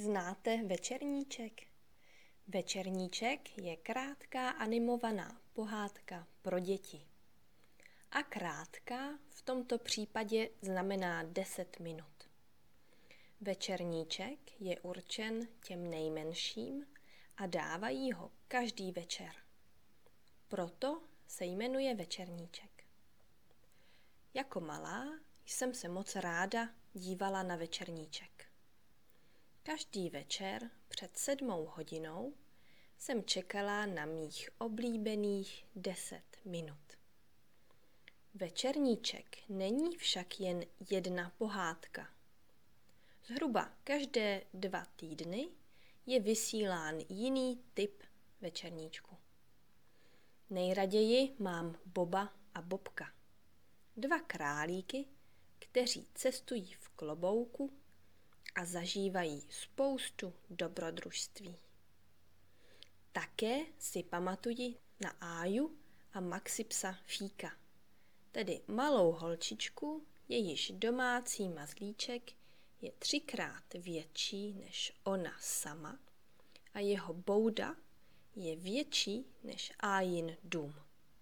Znáte Večerníček? Večerníček je krátká animovaná pohádka pro děti. A krátká v tomto případě znamená 10 minut. Večerníček je určen těm nejmenším a dávají ho každý večer. Proto se jmenuje Večerníček. Jako malá jsem se moc ráda dívala na Večerníček. Každý večer před 7 hodinou jsem čekala na mých oblíbených 10 minut. Večerníček není však jen jedna pohádka. Zhruba každé 2 týdny je vysílán jiný typ večerníčku. Nejraději mám Boba a Bobka. 2 králíky, kteří cestují v klobouku a zažívají spoustu dobrodružství. Také si pamatuji na Áju a Maxipsa Fíka, tedy malou holčičku, jejíž domácí mazlíček je 3krát větší než ona sama a jeho bouda je větší než Ájin dům.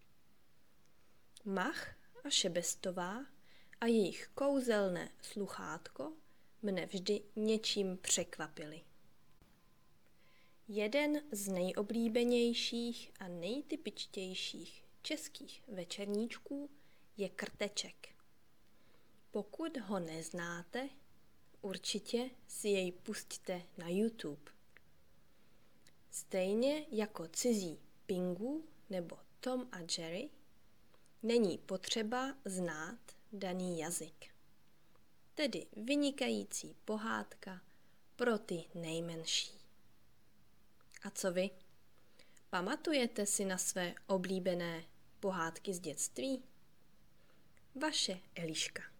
Mach a Šebestová a jejich kouzelné sluchátko mne vždy něčím překvapili. Jeden z nejoblíbenějších a nejtypičtějších českých večerníčků je Krteček. Pokud ho neznáte, určitě si jej pusťte na YouTube. Stejně jako Cizí Pingu nebo Tom a Jerry, není potřeba znát daný jazyk. Tedy vynikající pohádka pro ty nejmenší. A co vy? Pamatujete si na své oblíbené pohádky z dětství? Vaše Eliška.